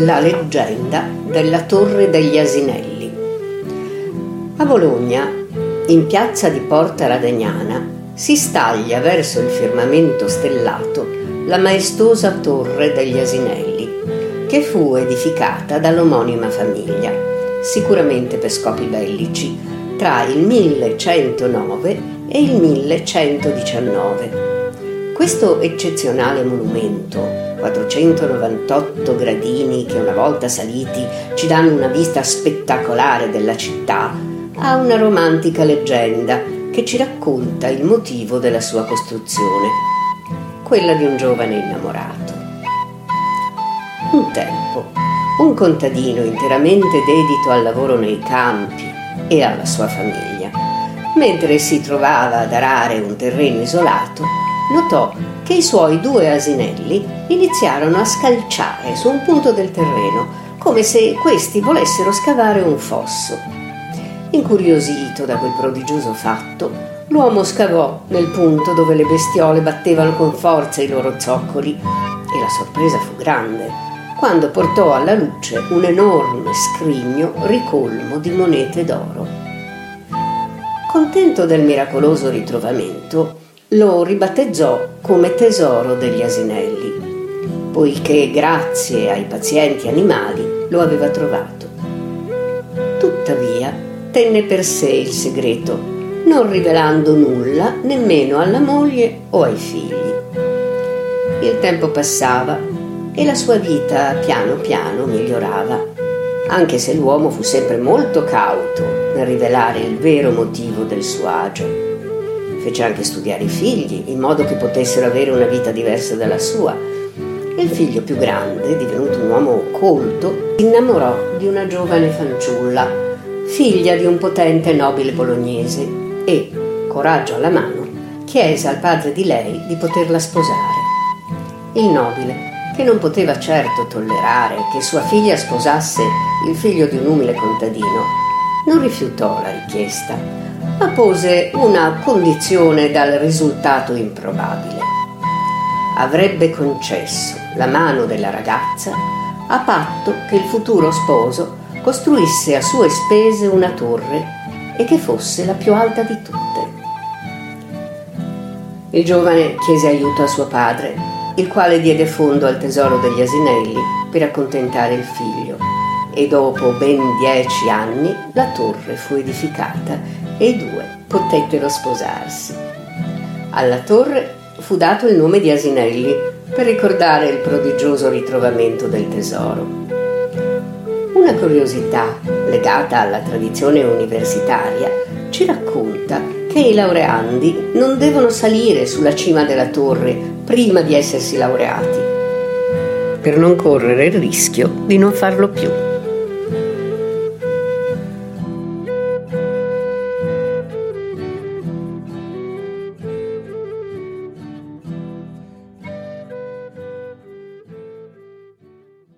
La leggenda della Torre degli Asinelli. A Bologna, in piazza di Porta Radagnana, si staglia verso il firmamento stellato la maestosa Torre degli Asinelli, che fu edificata dall'omonima famiglia, sicuramente per scopi bellici, tra il 1109 e il 1119. Questo eccezionale monumento, 498 gradini che una volta saliti ci danno una vista spettacolare della città, ha una romantica leggenda che ci racconta il motivo della sua costruzione, quella di un giovane innamorato. Un tempo, un contadino interamente dedito al lavoro nei campi e alla sua famiglia, mentre si trovava ad arare un terreno isolato, notò che i suoi 2 asinelli iniziarono a scalciare su un punto del terreno, come se questi volessero scavare un fosso. Incuriosito da quel prodigioso fatto, l'uomo scavò nel punto dove le bestiole battevano con forza i loro zoccoli, e la sorpresa fu grande quando portò alla luce un enorme scrigno ricolmo di monete d'oro. Contento del miracoloso ritrovamento, lo ribattezzò come tesoro degli asinelli, poiché grazie ai pazienti animali lo aveva trovato. Tuttavia tenne per sé il segreto, non rivelando nulla nemmeno alla moglie o ai figli. Il tempo passava e la sua vita piano piano migliorava, anche se l'uomo fu sempre molto cauto nel rivelare il vero motivo del suo agio. Fece anche studiare i figli, in modo che potessero avere una vita diversa dalla sua. Il figlio più grande, divenuto un uomo colto, si innamorò di una giovane fanciulla, figlia di un potente nobile bolognese, e, coraggio alla mano, chiese al padre di lei di poterla sposare. Il nobile, che non poteva certo tollerare che sua figlia sposasse il figlio di un umile contadino, non rifiutò la richiesta, ma pose una condizione dal risultato improbabile. Avrebbe concesso la mano della ragazza a patto che il futuro sposo costruisse a sue spese una torre e che fosse la più alta di tutte. Il giovane chiese aiuto a suo padre, il quale diede fondo al tesoro degli asinelli per accontentare il figlio, e dopo ben 10 anni la torre fu edificata e i 2 potettero sposarsi. Alla torre fu dato il nome di Asinelli per ricordare il prodigioso ritrovamento del tesoro. Una curiosità legata alla tradizione universitaria ci racconta che i laureandi non devono salire sulla cima della torre prima di essersi laureati, per non correre il rischio di non farlo più.